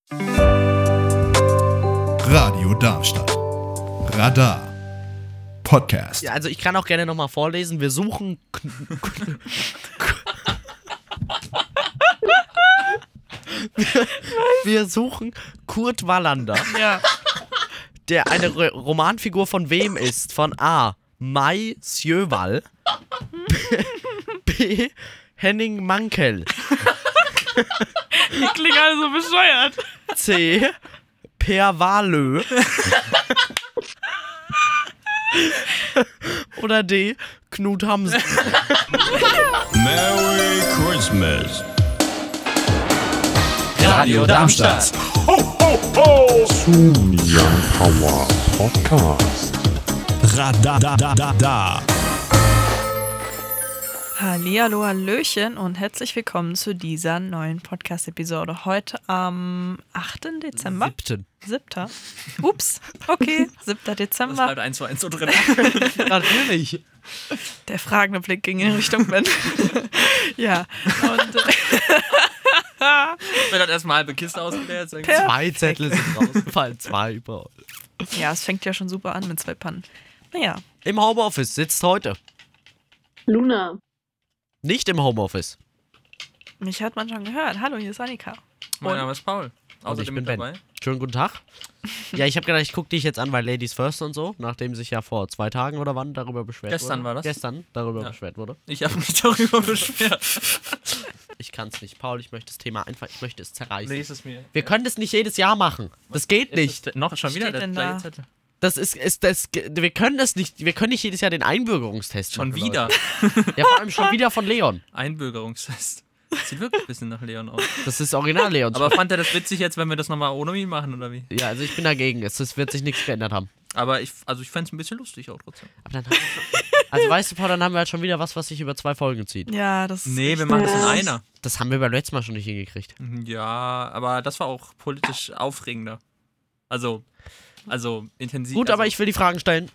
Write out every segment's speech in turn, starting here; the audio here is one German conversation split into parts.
Radio Darmstadt. Radar. Podcast. Ja, also ich kann auch gerne nochmal vorlesen. Wir suchen... Wir suchen Kurt Wallander, der eine Romanfigur von wem ist? Von A. Mai Sjöwall, B. Henning Mankell, Die klingen alle so bescheuert. C. Per Wahlö oder D. Knut Hamsen. Merry Christmas. Radio Darmstadt. Zum Young Power Podcast. Radadadada. Hallihallo, Hallöchen und herzlich willkommen zu dieser neuen Podcast-Episode. Heute am 8. Dezember. 7. Ups, okay, 7. Das Dezember. bleibt 1 zu 1 so drin. Natürlich. Der fragende Blick ging in Richtung Ben. Ja, und Wenn das erstmal halbe Kiste ausgeleert ist. Zwei Zettel sind rausgefallen, zwei überall. ja, es fängt ja schon super an mit 2 Pannen. Naja, Im Homeoffice sitzt heute. Luna. Nicht im Homeoffice. mich hat man schon gehört. Hallo, hier ist Annika. Mein Name ist Paul. Und ich Außerdem bin mit Ben. dabei. Schönen guten Tag. Ja, ich habe gedacht, ich gucke dich jetzt an, weil Ladies First und so, nachdem sich ja vor 2 Tagen oder wann darüber beschwert wurde. Gestern war das? Gestern darüber Ja. beschwert wurde. Ich habe mich darüber beschwert. Ich kann es nicht. Paul, ich möchte das Thema einfach, ich möchte es zerreißen. Lies es mir. Wir können das nicht jedes Jahr machen. Das geht nicht. Ist noch schon wieder Steht der denn gleiche da? Zettel. Wir können das nicht, wir können nicht jedes Jahr den Einbürgerungstest Schon machen. wieder. Leute. Ja, vor allem schon wieder von Leon. Einbürgerungstest. Sieht wirklich ein bisschen nach Leon aus. Das ist original Leon. Aber fand er das witzig jetzt, wenn wir das nochmal ohne ihn machen, oder wie? Ja, also ich bin dagegen. Es wird sich nichts geändert haben. Aber ich fände es ein bisschen lustig auch trotzdem. Aber dann haben wir, also weißt du, Paul, dann haben wir halt schon wieder was sich über 2 Folgen zieht. Ja, das ist Nee, wir machen das in einer. Das haben wir beim letzten Mal schon nicht hingekriegt. Ja, aber das war auch politisch aufregender. Also intensiv. Gut, aber ich will die Fragen stellen.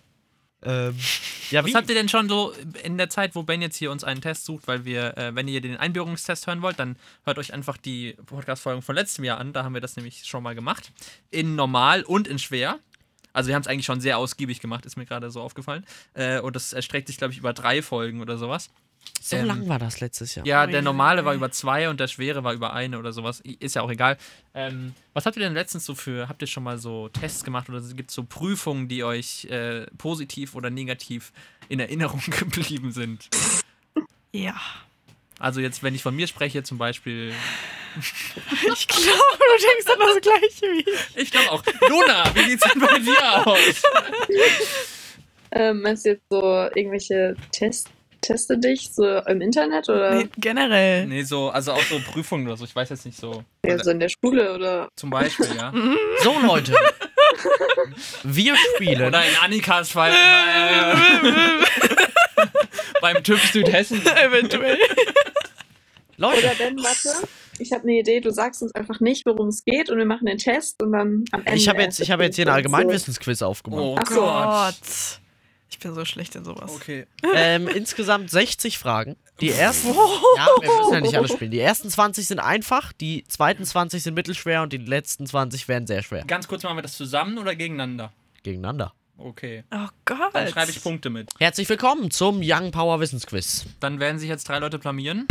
Ja, Was habt ihr denn schon so in der Zeit, wo Ben jetzt hier uns einen Test sucht, weil wir, wenn ihr den Einbürgerungstest hören wollt, dann hört euch einfach die Podcast-Folgen von letztem Jahr an, da haben wir das nämlich schon mal gemacht. In normal und in schwer. Also wir haben es eigentlich schon sehr ausgiebig gemacht, ist mir gerade so aufgefallen. Und das erstreckt sich, glaube ich, über 3 Folgen oder sowas. So lang war das letztes Jahr. Ja, der normale war über 2 und der schwere war über 1 oder sowas. Ist ja auch egal. Was habt ihr denn letztens so habt ihr schon mal so Tests gemacht oder gibt es so Prüfungen, die euch positiv oder negativ in Erinnerung geblieben sind? Ja. Also jetzt, wenn ich von mir spreche zum Beispiel. Ich glaube, du denkst dann das Gleiche wie ich. Ich glaube auch. Luna, wie sieht's denn bei dir aus? Meinst du jetzt so irgendwelche Teste dich so im Internet oder Nee, generell. Nee, so, also auch so Prüfungen oder so. Ich weiß jetzt nicht so. ja, so in der Schule oder? Zum Beispiel, ja. So, Leute. Wir spielen. Oder in Annikas Fall. Beim TÜV Südhessen. Eventuell. Leute, Oder Ben, warte. Ich habe eine Idee, du sagst uns einfach nicht, worum es geht und wir machen den Test und dann am Ende. ich habe jetzt hier einen Allgemeinwissensquiz aufgemacht. Oh Ach so. Gott. Ich bin so schlecht in sowas. Okay. Insgesamt 60 Fragen. Die ersten. Ja, wir müssen ja nicht alle spielen. Die ersten 20 sind einfach, die zweiten 20 sind mittelschwer und die letzten 20 werden sehr schwer. Ganz kurz, machen wir das zusammen oder gegeneinander? Gegeneinander. Okay. Oh Gott. Dann schreibe ich Punkte mit. Herzlich willkommen zum Young Power Wissensquiz. Dann werden sich jetzt 3 Leute blamieren.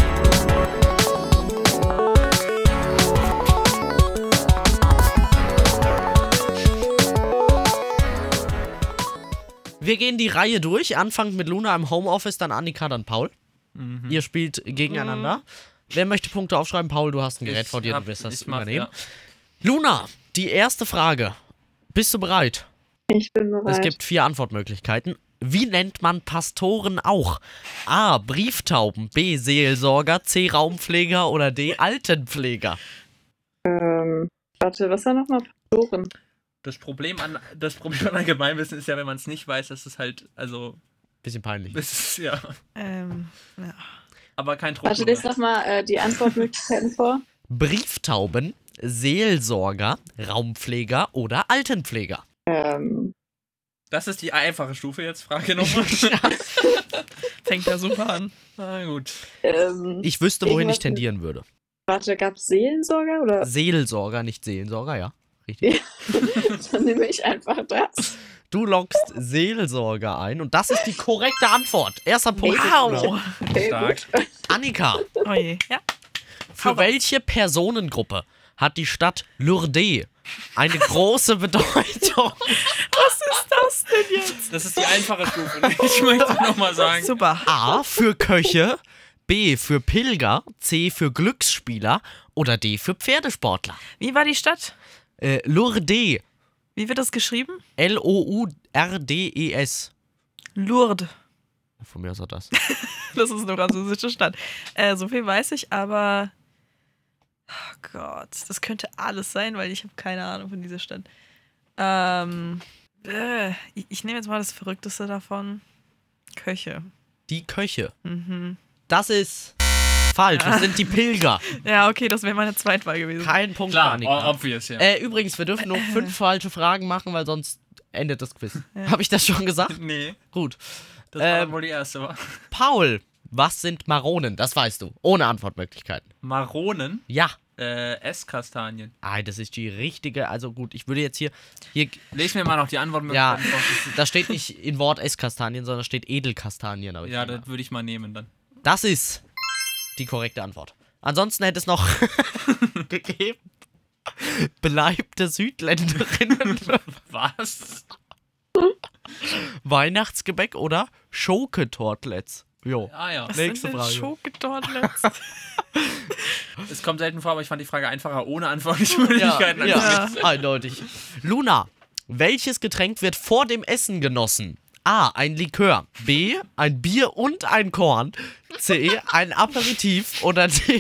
Wir gehen die Reihe durch. Anfangen mit Luna im Homeoffice, dann Annika, dann Paul. Ihr spielt gegeneinander. Wer möchte Punkte aufschreiben? Paul, du hast ein Gerät vor dir, du wirst das übernehmen. Luna, die erste Frage. Bist du bereit? Ich bin bereit. Es gibt 4 Antwortmöglichkeiten. Wie nennt man Pastoren auch? A. Brieftauben, B. Seelsorger, C. Raumpfleger oder D. Altenpfleger? Warte, was war nochmal Pastoren? Das Problem an Allgemeinwissen ist ja, wenn man es nicht weiß, dass es halt, also, Bisschen peinlich. es ist, ja, Ja. aber kein Druck. Warte, lest nochmal die Antwortmöglichkeiten vor. Brieftauben, Seelsorger, Raumpfleger oder Altenpfleger? Das ist die einfache Stufe jetzt, Frage Nummer. Fängt da super an. Na gut. Ich wüsste, wohin ich Irgendwas tendieren würde. Warte, gab es Seelensorger oder? Seelsorger, nicht Seelensorger, ja. Richtig. Dann nehme ich einfach das. Du loggst Seelsorger ein und das ist die korrekte Antwort. Erster Punkt. Wow. Okay, Stark. gut. Annika, Oh je. Ja. für welche Personengruppe hat die Stadt Lourdes eine große Bedeutung? Was ist das denn jetzt? Das ist die einfache Stufe. Ich möchte nochmal sagen. Super. A für Köche, B für Pilger, C für Glücksspieler oder D für Pferdesportler. Wie war die Stadt? Lourdes. Wie wird das geschrieben? Lourdes. Lourdes. Von mir aus auch das. Das ist eine französische Stadt. So viel weiß ich, aber... Oh Gott, das könnte alles sein, weil ich habe keine Ahnung von dieser Stadt. Ich nehme jetzt mal das Verrückteste davon. Köche. Die Köche. Mhm. Das ist falsch. Das sind die Pilger. Ja, okay, das wäre meine Zweitwahl gewesen. Kein Punkt für Klar, Annika. obvious, ja. Übrigens, wir dürfen nur 5 falsche Fragen machen, weil sonst endet das Quiz. Habe ich das schon gesagt? Nee, Gut. das war wohl die erste. War. Paul, was sind Maronen? Das weißt du. Ohne Antwortmöglichkeiten. Maronen, Ja. Esskastanien. Das ist die richtige. Also gut, ich würde jetzt hier Lies mir mal noch die ja, Antwortmöglichkeiten vor. da steht nicht in Wort Esskastanien, sondern steht Edelkastanien. Aber Ja, das würde ich mal nehmen dann. das ist die korrekte Antwort. Ansonsten hätte es noch gegeben. Beleibte Südländerinnen, Was? Weihnachtsgebäck oder Schoketortlets. Jo. Ah ja. Was nächste sind denn Frage. Schoketortlets? Es kommt selten vor, aber ich fand die Frage einfacher ohne Antwortmöglichkeiten. Ja, eindeutig. Luna, welches Getränk wird vor dem Essen genossen? A, ein Likör. B, ein Bier und ein Korn. C, ein Aperitif. Oder D,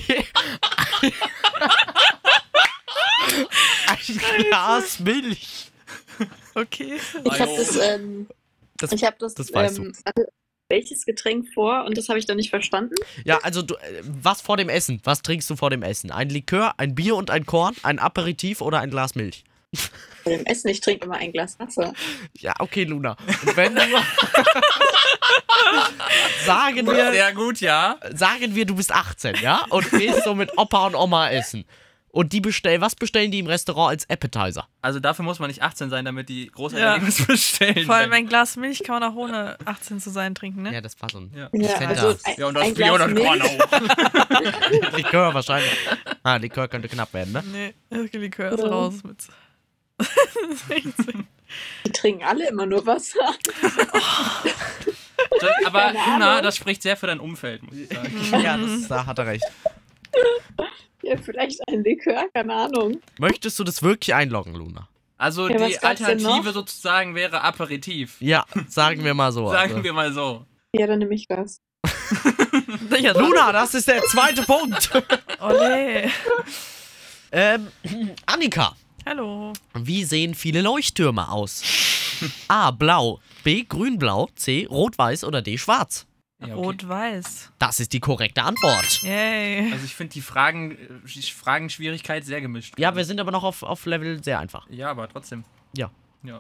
ein Glas Milch. Okay. Ich habe das weißt du. Welches Getränk vor und das habe ich dann nicht verstanden. Ja, also was vor dem Essen? Was trinkst du vor dem Essen? Ein Likör, ein Bier und ein Korn, ein Aperitif oder ein Glas Milch? Vor dem Essen, ich trinke immer ein Glas Wasser. Ja, okay, Luna. Und wenn du sagen wir, du bist 18, ja? Und gehst so mit Opa und Oma essen. Und die was bestellen die im Restaurant als Appetizer? Also dafür muss man nicht 18 sein, damit die Großeltern was bestellen. Vor allem ein Glas Milch kann man auch ohne 18 zu sein trinken, ne? Ja, das war so ein Ja. Also Ja, und das ein Bier und Glas das Korn Milch. auch. Likör wahrscheinlich. Likör könnte knapp werden, ne? Nee, das Likör ist Oder? raus mit. Die trinken alle immer nur Wasser. Aber Keine Luna, Ahnung. das spricht sehr für dein Umfeld, muss ich sagen. Ja, da hat er recht. Ja, vielleicht ein Likör, keine Ahnung. Möchtest du das wirklich einloggen, Luna? Also Ja, was die gab's denn Alternative noch? sozusagen wäre Aperitif. Ja, sagen wir mal so. Sagen wir mal so. Ja, dann nehme ich das. Ja, Luna, das ist der zweite Punkt. Oh nee. Annika, Hallo. wie sehen viele Leuchttürme aus? A, blau, B, grün-blau, C, rot-weiß oder D, schwarz? Ja, okay. Rot-Weiß. Das ist die korrekte Antwort. Yay. Also ich finde die Fragenschwierigkeit sehr gemischt. Ja, wir sind aber noch auf Level sehr einfach. Ja, aber trotzdem. Ja. Ja.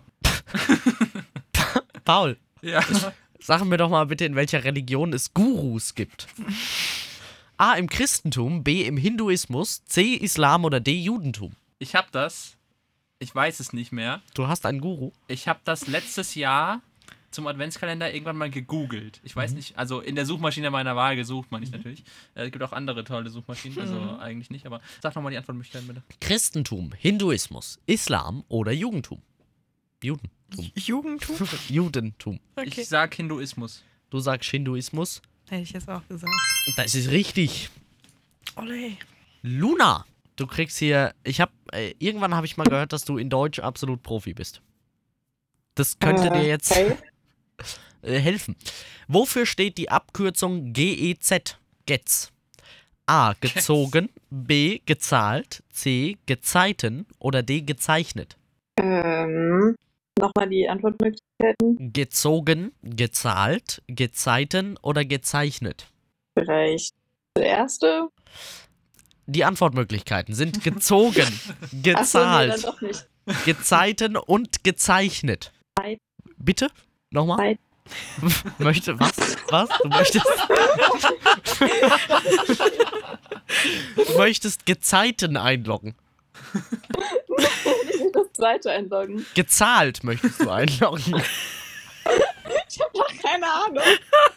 Paul, Ja. sag mir doch mal bitte, in welcher Religion es Gurus gibt. A, im Christentum, B, im Hinduismus, C, Islam oder D, Judentum? Ich habe das. Ich weiß es nicht mehr. Du hast einen Guru? Ich habe das letztes Jahr zum Adventskalender irgendwann mal gegoogelt. Ich weiß nicht, also in der Suchmaschine meiner Wahl gesucht, meine ich natürlich. Es gibt auch andere tolle Suchmaschinen, also eigentlich nicht, aber sag nochmal die Antwortmöglichkeiten bitte. Christentum, Hinduismus, Islam oder Judentum? Judentum. Jugendtum? Judentum. Okay. Ich sag Hinduismus. Du sagst Hinduismus. Hätte ich jetzt auch gesagt. Das ist richtig. Olé. Luna, du kriegst hier. Irgendwann habe ich mal gehört, dass du in Deutsch absolut Profi bist. Das könnte dir jetzt Okay. helfen. Wofür steht die Abkürzung GEZ? Getz. A. Gezogen. B. Gezahlt. C. Gezeiten. Oder D. Gezeichnet. Nochmal die Antwortmöglichkeiten. Gezogen, gezahlt, gezeiten oder gezeichnet. Vielleicht der erste. Die Antwortmöglichkeiten sind gezogen, Achso, nee, gezahlt, dann doch nicht. gezeiten und gezeichnet. Zeit. Bitte? Nochmal? Zeit. Möchte was? Was? Du möchtest? Du möchtest Gezeiten einloggen. Ich will das zweite einloggen. Gezahlt möchtest du einloggen. Ich habe doch keine Ahnung.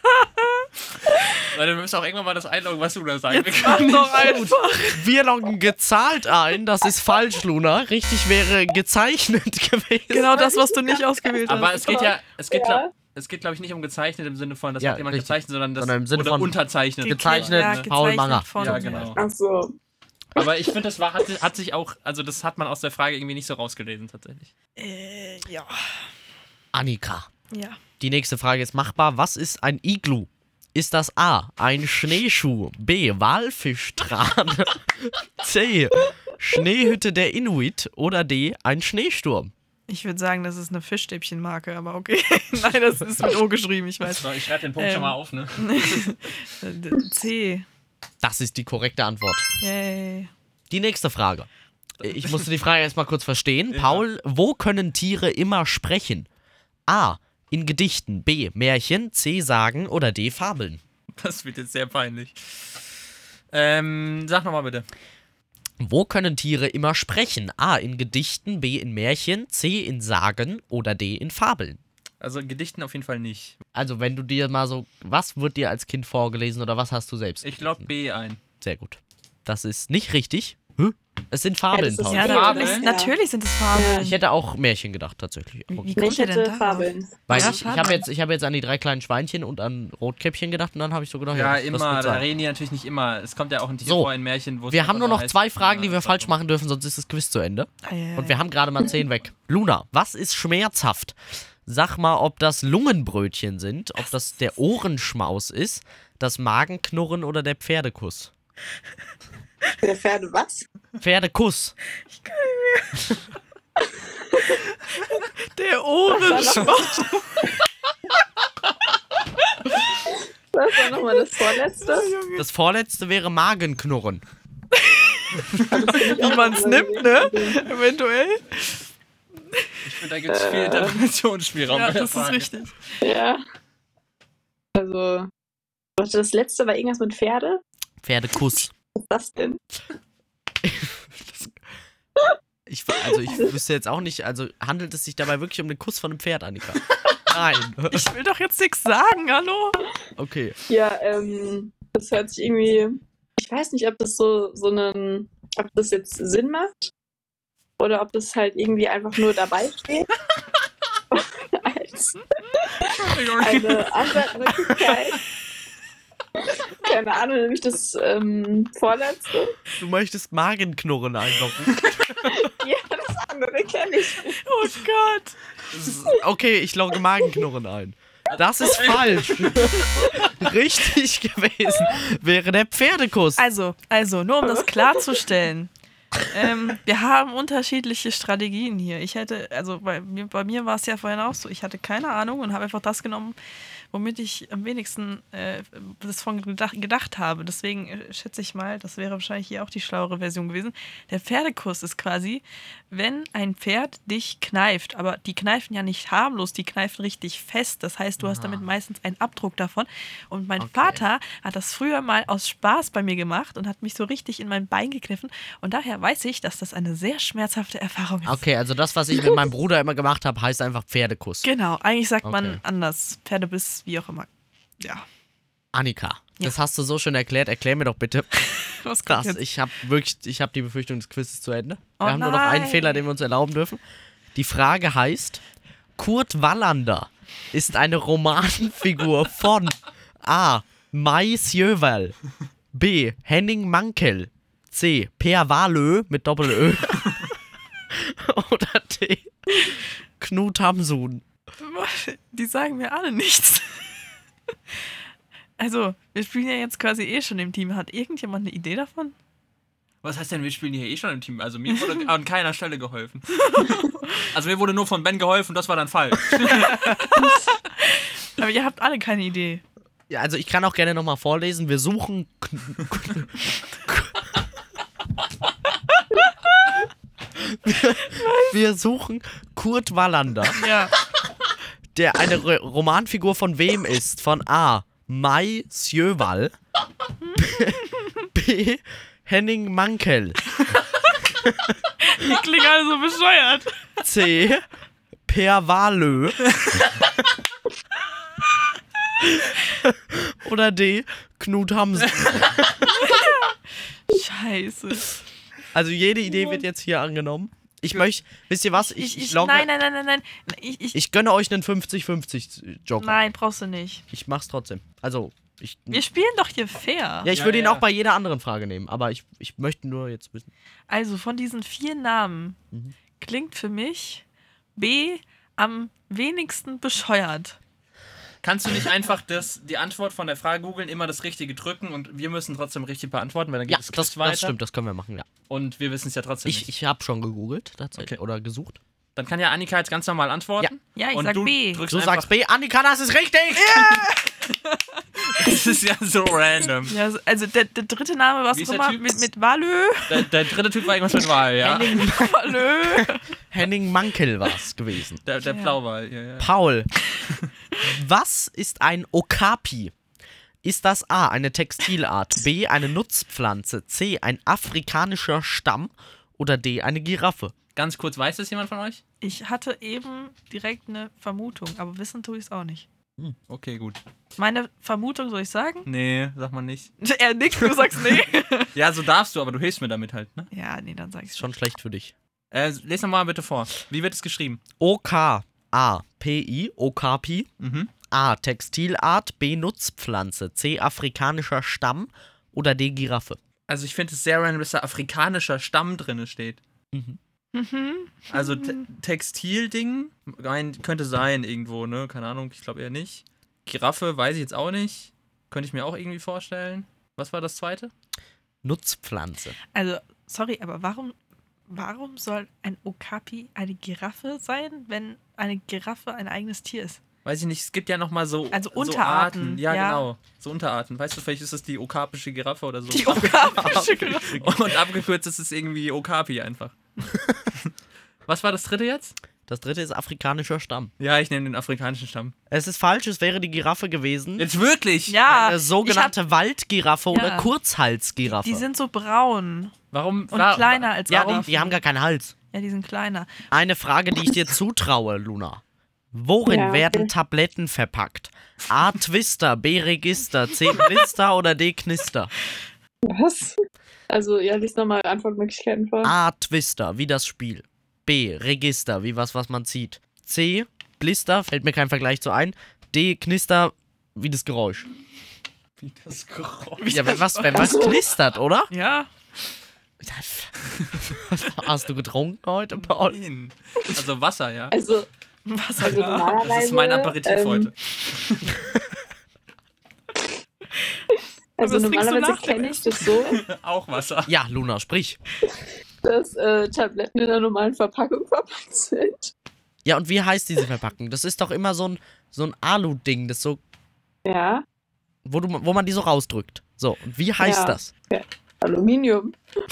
Weil du müsst auch irgendwann mal das einloggen, was du da sagen Jetzt mach doch einfach. Wir loggen gezahlt ein. Das ist falsch, Luna. Richtig wäre gezeichnet gewesen. Genau das, was du nicht ausgewählt hast. Aber es geht, glaube ich, nicht um gezeichnet im Sinne von, das Ja, hat jemand richtig. gezeichnet, sondern das Sondern im Sinne oder von unterzeichnet. gezeichnet, Ja, Paul Manger. von- Ja, genau. Ach so. Aber ich finde, das hat sich auch, also das hat man aus der Frage irgendwie nicht so rausgelesen tatsächlich. Ja. Annika. Ja. Die nächste Frage ist machbar. Was ist ein Iglu? Ist das A, ein Schneeschuh, B, Walfischstrahlen, C, Schneehütte der Inuit oder D, ein Schneesturm? Ich würde sagen, das ist eine Fischstäbchenmarke, aber okay. Nein, das ist mit O geschrieben, ich weiß. So, ich schreibe den Punkt schon mal auf, ne? C. Das ist die korrekte Antwort. Yay. Die nächste Frage. Ich musste die Frage erstmal kurz verstehen. Paul, wo können Tiere immer sprechen? A, in Gedichten, B, Märchen, C, Sagen oder D, Fabeln? Das wird jetzt sehr peinlich. Sag nochmal bitte. Wo können Tiere immer sprechen? A, in Gedichten, B, in Märchen, C, in Sagen oder D, in Fabeln? Also in Gedichten auf jeden Fall nicht. Also wenn du dir mal so, was wird dir als Kind vorgelesen oder was hast du selbst Ich gelesen? logge B ein. Sehr gut. Das ist nicht richtig. Es sind Fabeln, das ist Paul. Ja, Fabeln? natürlich sind es Fabeln. Ich hätte auch Märchen gedacht, tatsächlich. Wie Ich kommt ihr denn hätte darauf? Fabeln. Weil Ja, ich Fabeln. habe jetzt an die 3 kleinen Schweinchen und an Rotkäppchen gedacht und dann habe ich so gedacht, Ja, das immer. wird Da sein. reden die natürlich nicht immer. Es kommt ja auch ein Tier So, vor in Märchen, wo es Wir haben nur noch heißt, 2 Fragen, die wir ja, falsch machen dürfen, sonst ist das Quiz zu Ende. Eieiei. Und wir haben gerade mal 10 weg. Luna, was ist schmerzhaft? Sag mal, ob das Lungenbrötchen sind, ob das der Ohrenschmaus ist, das Magenknurren oder der Pferdekuss. Der Pferde was? Pferdekuss. Der Ohrenschmaus. Was war nochmal das vorletzte? Das vorletzte wäre Magenknurren. Wie man es nimmt, ne? Eventuell. Ich finde, da gibt es viel Interpretationsspielraum. Ja, bei der das ist Frage. richtig. Ja. Also, warte, das letzte war irgendwas mit Pferde? Pferdekuss. Was ist das denn? Ich wüsste jetzt auch nicht, also handelt es sich dabei wirklich um den Kuss von einem Pferd, Annika? Nein. Ich will doch jetzt nichts sagen, hallo? Okay. Ja, das hört sich irgendwie. Ich weiß nicht, ob das ob das jetzt Sinn macht. Oder ob das halt irgendwie einfach nur dabei steht. Als eine Antwortmöglichkeit. Keine Ahnung, nämlich das vorletzte. Du möchtest Magenknurren einloggen. Ja, das andere kenne ich. Oh Gott. Okay, ich logge Magenknurren ein. Das ist falsch. Richtig gewesen wäre der Pferdekuss. Also, nur um das klarzustellen. Wir haben unterschiedliche Strategien hier. Bei mir war es ja vorhin auch so, ich hatte keine Ahnung und habe einfach das genommen, womit ich am wenigsten das von gedacht habe. Deswegen schätze ich mal, das wäre wahrscheinlich hier auch die schlauere Version gewesen. Der Pferdekuss ist quasi, wenn ein Pferd dich kneift, aber die kneifen ja nicht harmlos, die kneifen richtig fest. Das heißt, du hast damit meistens einen Abdruck davon. Und mein Vater hat das früher mal aus Spaß bei mir gemacht und hat mich so richtig in mein Bein gegriffen. Und daher weiß ich, dass das eine sehr schmerzhafte Erfahrung ist. Okay, also das, was ich mit meinem Bruder immer gemacht habe, heißt einfach Pferdekuss. Genau, eigentlich sagt man Okay. anders. Pferdebiss, wie auch immer. Ja. Annika, das hast du so schön erklärt. Erklär mir doch bitte. Was kommt Krass, jetzt? ich habe die Befürchtung, das Quiz ist zu Ende. Oh Wir haben nur noch einen nein. Fehler, den wir uns erlauben dürfen. Die Frage heißt, Kurt Wallander ist eine Romanfigur von A. Mai Sjöwall, B. Henning Mankell, C. Per Wahlö mit Doppel-Ö oder D. Knut Hamsun. Die sagen mir alle nichts. Also, wir spielen ja jetzt quasi eh schon im Team. Hat irgendjemand eine Idee davon? Was heißt denn, wir spielen hier eh schon im Team? Also mir wurde an keiner Stelle geholfen. Also mir wurde nur von Ben geholfen, das war dann falsch. Aber ihr habt alle keine Idee. Ja, also ich kann auch gerne nochmal vorlesen. Wir suchen wir suchen Kurt Wallander, Ja. der eine Romanfigur von wem ist? Von A. Mai Sjöwall, B. B. Henning Mankell. Die klingen alle so bescheuert. C. Per Wahlö. Oder D. Knut Hamsen. Scheiße. Also jede Idee wird jetzt hier angenommen. Ich möchte, wisst ihr was? Ich logge. Nein. Ich gönne euch einen 50-50 Joker. Nein, brauchst du nicht. Ich mach's trotzdem. Also, Wir spielen doch hier fair. ja, ich würde ihn auch bei jeder anderen Frage nehmen, aber ich möchte nur jetzt wissen. Also von diesen 4 Namen klingt für mich B am wenigsten bescheuert. Kannst du nicht einfach die Antwort von der Frage googeln, immer das Richtige drücken und wir müssen trotzdem richtig beantworten, weil dann geht Ja, das Quiz weiter. das stimmt, das können wir machen, ja. Und wir wissen es ja trotzdem nicht. Ich habe schon gegoogelt, tatsächlich, Okay. oder gesucht. Dann kann ja Annika jetzt ganz normal antworten. Ja, ich und sag du B. drückst Du einfach, sagst B, Annika, das ist richtig! Das ist ja so random. Ja, also der dritte Name, was Wie ist auch der immer, Typ? mit Valö. Der dritte Typ war irgendwas mit Wahl, ja. Valö. Henning Mankell war es gewesen. Der Blauwal, ja. Paul, was ist ein Okapi? Ist das A, eine Textilart, B, eine Nutzpflanze, C, ein afrikanischer Stamm oder D, eine Giraffe? Ganz kurz, weiß das jemand von euch? Ich hatte eben direkt eine Vermutung, aber wissen tue ich es auch nicht. Okay, gut. Meine Vermutung soll ich sagen? Nee, sag mal nicht. Er nickt, du sagst nee. Ja, so darfst du, aber du hilfst mir damit halt, ne? Ja, nee, dann sag ich's Schon schlecht für dich. Les nochmal bitte vor. Wie wird es geschrieben? O-K-A-P-I, Okapi. Mhm. A, Textilart, B, Nutzpflanze, C, afrikanischer Stamm oder D, Giraffe? Also ich finde es sehr random, dass da afrikanischer Stamm drin steht. Also Textilding könnte sein irgendwo, ne? Keine Ahnung, ich glaube eher nicht. Giraffe weiß ich jetzt auch nicht. Könnte ich mir auch irgendwie vorstellen. Was war das zweite? Nutzpflanze. Also, sorry, aber warum soll ein Okapi eine Giraffe sein, wenn eine Giraffe ein eigenes Tier ist? Weiß ich nicht, es gibt ja nochmal so, Also so Unterarten, Arten. Ja, ja. genau. So Unterarten. Weißt du, vielleicht ist es die okapische Giraffe oder so. Die okapische Giraffe. Und abgekürzt ist es irgendwie Okapi einfach. Was war das dritte jetzt? Das dritte ist afrikanischer Stamm. Ja, ich nehme den afrikanischen Stamm. Es ist falsch, es wäre die Giraffe gewesen. Jetzt wirklich? Ja, Eine sogenannte Waldgiraffe oder Kurzhalsgiraffe. die sind so braun Warum? und kleiner als ja, Giraffen. die haben gar keinen Hals. Ja, die sind kleiner. Eine Frage, die ich dir zutraue, Luna. Worin Ja, werden okay. Tabletten verpackt? A. Twister, B. Register, C. Blister oder D. Knister? Was? Also, ja, lies nochmal Antwortmöglichkeiten vor. A. Twister, wie das Spiel. B. Register, wie was man zieht. C. Blister, fällt mir kein Vergleich zu ein. D. Knister, wie das Geräusch. Wie das Geräusch. Ja, wenn was knistert, oder? Ja. Hast du getrunken heute, Paul? Nein. Also Wasser, ja. Also, Was also normalerweise. Das ist mein Aperitif heute. Also Was trinkst du normalerweise nach dem kenne ich das so, Auch Wasser. Ja, Luna, sprich. dass Tabletten in einer normalen Verpackung verpackt sind. Ja, und wie heißt diese Verpackung? Das ist doch immer so ein Alu-Ding, das so, Ja, wo man die so rausdrückt. So, und wie heißt Ja. das? Aluminium.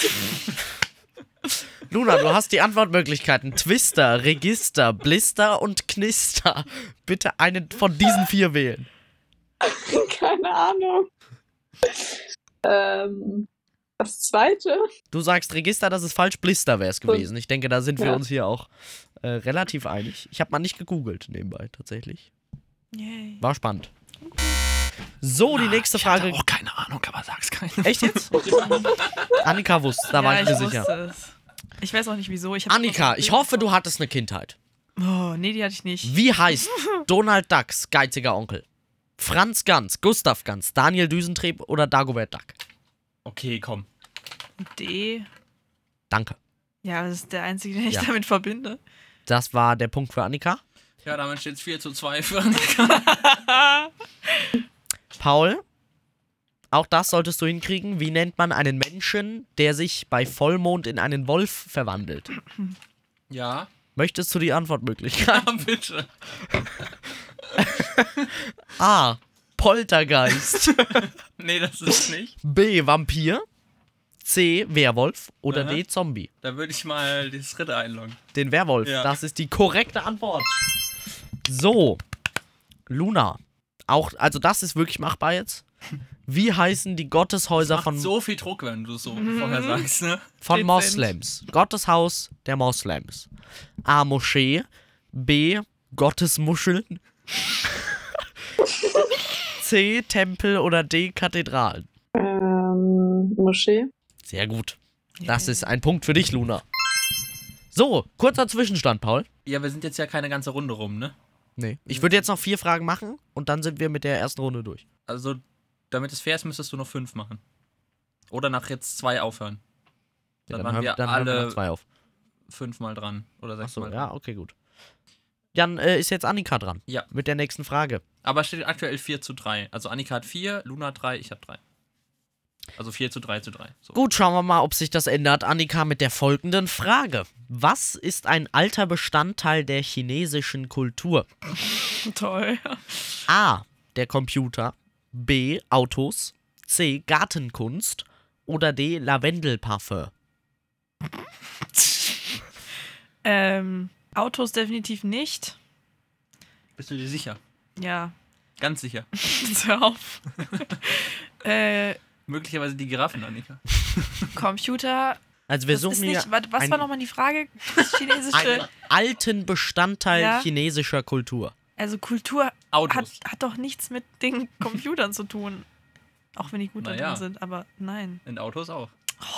Luna, du hast die Antwortmöglichkeiten. Twister, Register, Blister und Knister. Bitte einen von diesen 4 wählen. Keine Ahnung. Das zweite? Du sagst Register, das ist falsch. Blister wäre es gewesen. Ich denke, da sind wir Ja. uns hier auch relativ einig. Ich habe mal nicht gegoogelt nebenbei, tatsächlich. Yay. War spannend. So, die nächste Frage. Ich hatte auch keine Ahnung, aber sag's keinem. Echt jetzt? Annika wusste, da war ich mir sicher. wusste es. Ich weiß auch nicht wieso. Ich hab's Annika, noch ich hoffe, du hattest eine Kindheit. Oh, nee, die hatte ich nicht. Wie heißt Donald Ducks geiziger Onkel? Franz Gans, Gustav Gans, Daniel Düsentrieb oder Dagobert Duck? Okay, komm. D. Danke. Ja, das ist der einzige, den ich Ja. damit verbinde. Das war der Punkt für Annika. Ja, damit steht es 4:2 für Annika. Paul, auch das solltest du hinkriegen. Wie nennt man einen Menschen, der sich bei Vollmond in einen Wolf verwandelt? Ja. Möchtest du die Antwortmöglichkeit? Ja, bitte. A. Poltergeist. Nee, das ist nicht. B. Vampir. C. Werwolf. Oder Aha. D. Zombie. Da würde ich mal das Ritter einloggen. Den Werwolf. Ja. Das ist die korrekte Antwort. So. Luna. Also das ist wirklich machbar jetzt. Wie heißen die Gotteshäuser Macht so viel Druck, wenn du es so vorher sagst, ne? von Dezent. Moslems? Gotteshaus der Moslems. A. Moschee. B. Gottesmuscheln. C. Tempel oder D. Kathedralen. Moschee. Sehr gut. Das ist ein Punkt für dich, Luna. So, kurzer Zwischenstand, Paul. Ja, wir sind jetzt ja keine ganze Runde rum, ne? Nee. Ich würde jetzt noch 4 Fragen machen und dann sind wir mit der ersten Runde durch. Also, damit es fair ist, müsstest du noch 5 machen. Oder nach jetzt 2 aufhören. Ja, Dann waren wir hören alle nach 2 auf. 5 Mal dran. Oder 6 Achso, Mal dran. ja, okay, gut. Dann ist jetzt Annika dran. Ja. Mit der nächsten Frage. Aber es steht aktuell 4:3. Also Annika hat 4, Luna hat 3, ich habe 3. Also 4:3:3. So. Gut, schauen wir mal, ob sich das ändert. Annika mit der folgenden Frage. Was ist ein alter Bestandteil der chinesischen Kultur? Toll. A. Der Computer. B. Autos. C. Gartenkunst. Oder D. Lavendelparfum. Autos definitiv nicht. Bist du dir sicher? Ja. Ganz sicher. Hör auf. Möglicherweise die Giraffen, Annika. Computer. Also wir Das suchen ist hier nicht, was ein- war nochmal die Frage? Das chinesische. einen alten Bestandteil Ja. chinesischer Kultur. Also Kultur Autos. hat doch nichts mit den Computern zu tun. Auch wenn die gut da Naja. drin sind, aber nein. In Autos auch.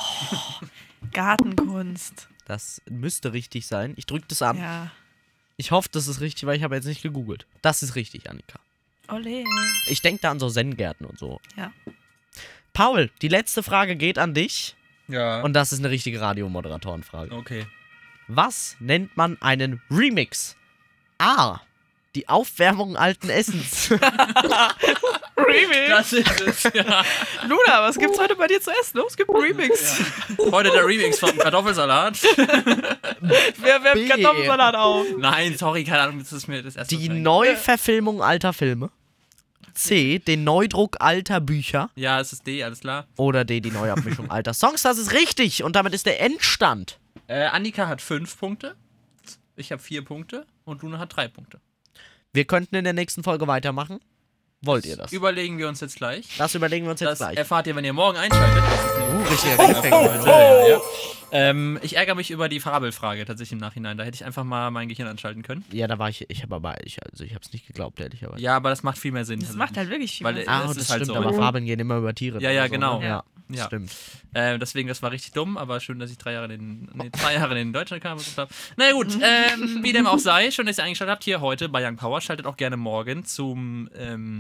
Gartenkunst. Das müsste richtig sein. Ich drücke das an. Ja. Ich hoffe, das ist richtig, weil ich habe jetzt nicht gegoogelt. Das ist richtig, Annika. Ole. Ich denke da an so Zen-Gärten und so. Ja. Paul, die letzte Frage geht an dich. Ja. Und das ist eine richtige Radiomoderatorenfrage. Okay. Was nennt man einen Remix? A. Die Aufwärmung alten Essens. Remix. Das ist es, ja. Luna, was gibt's heute bei dir zu essen? Los, gibt einen Remix. Heute der Remix vom Kartoffelsalat. Wer wärmt B. Kartoffelsalat auf? Nein, sorry, keine Ahnung, das ist mir das erste. Die was mir Neuverfilmung alter Filme. C. Den Neudruck alter Bücher. Ja, es ist D, alles klar. Oder D. Die Neuabmischung alter Songs. Das ist richtig. Und damit ist der Endstand. Annika hat 5 Punkte. Ich habe 4 Punkte. Und Luna hat 3 Punkte. Wir könnten in der nächsten Folge weitermachen. Wollt ihr das? Überlegen wir uns jetzt gleich. Das überlegen wir uns jetzt Das gleich. erfahrt ihr, wenn ihr morgen einschaltet. Das ist nämlich Richtiger Cliffhanger heute. Ja. Ich ärgere mich über die Fabelfrage tatsächlich im Nachhinein. Da hätte ich einfach mal mein Gehirn anschalten können. Ja, da war ich habe es nicht geglaubt, ehrlicherweise. Ja, aber das macht viel mehr Sinn. Das macht halt wirklich viel Weil mehr Sinn. Ah, das das ist stimmt, halt so. aber Fabeln gehen immer über Tiere. Ja, ja, oder so, genau. Ne? Ja, Ja. stimmt. Deswegen, das war richtig dumm, aber schön, dass ich 2 Jahre in den Deutschland kam. Naja gut, wie dem auch sei, schön, dass ihr eingeschaltet habt hier heute bei Young Power. Schaltet auch gerne morgen zum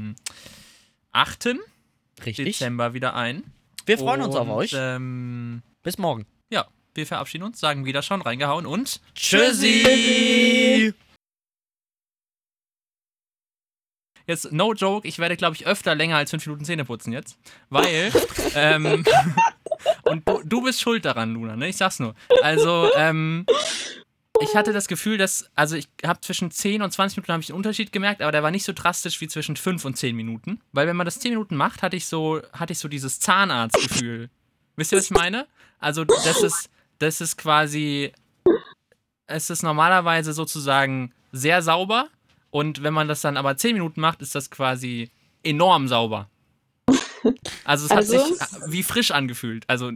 8. Richtig. Dezember wieder ein. Wir freuen uns auf Und, euch. Bis morgen. Ja, wir verabschieden uns, sagen wieder schon, reingehauen und Tschüssi! Jetzt, no joke, ich werde, glaube ich, öfter länger als 5 Minuten Zähne putzen jetzt. Weil, und du bist schuld daran, Luna, ne? Ich sag's nur. Also, ich hatte das Gefühl, also ich habe zwischen 10 und 20 Minuten habe ich einen Unterschied gemerkt, aber der war nicht so drastisch wie zwischen 5 und 10 Minuten. Weil wenn man das 10 Minuten macht, hatte ich so dieses Zahnarztgefühl. Wisst ihr, was ich meine? Also, das ist quasi, es ist normalerweise sozusagen sehr sauber. Und wenn man das dann aber 10 Minuten macht, ist das quasi enorm sauber. Also es hat sich wie frisch angefühlt. Also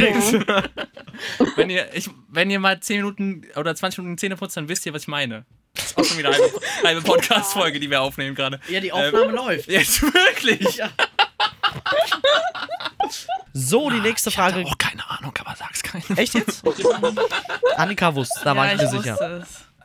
wenn ihr mal 10 Minuten oder 20 Minuten Zähne putzt, dann wisst ihr, was ich meine. Das ist auch schon wieder eine halbe Podcast-Folge, die wir aufnehmen gerade. Ja, die Aufnahme läuft. Jetzt wirklich. Ja. So, die nächste Frage. Ich hatte auch keine Ahnung, aber sag's keinem. Echt jetzt? Annika wusste, da war ich mir sicher. wusste es.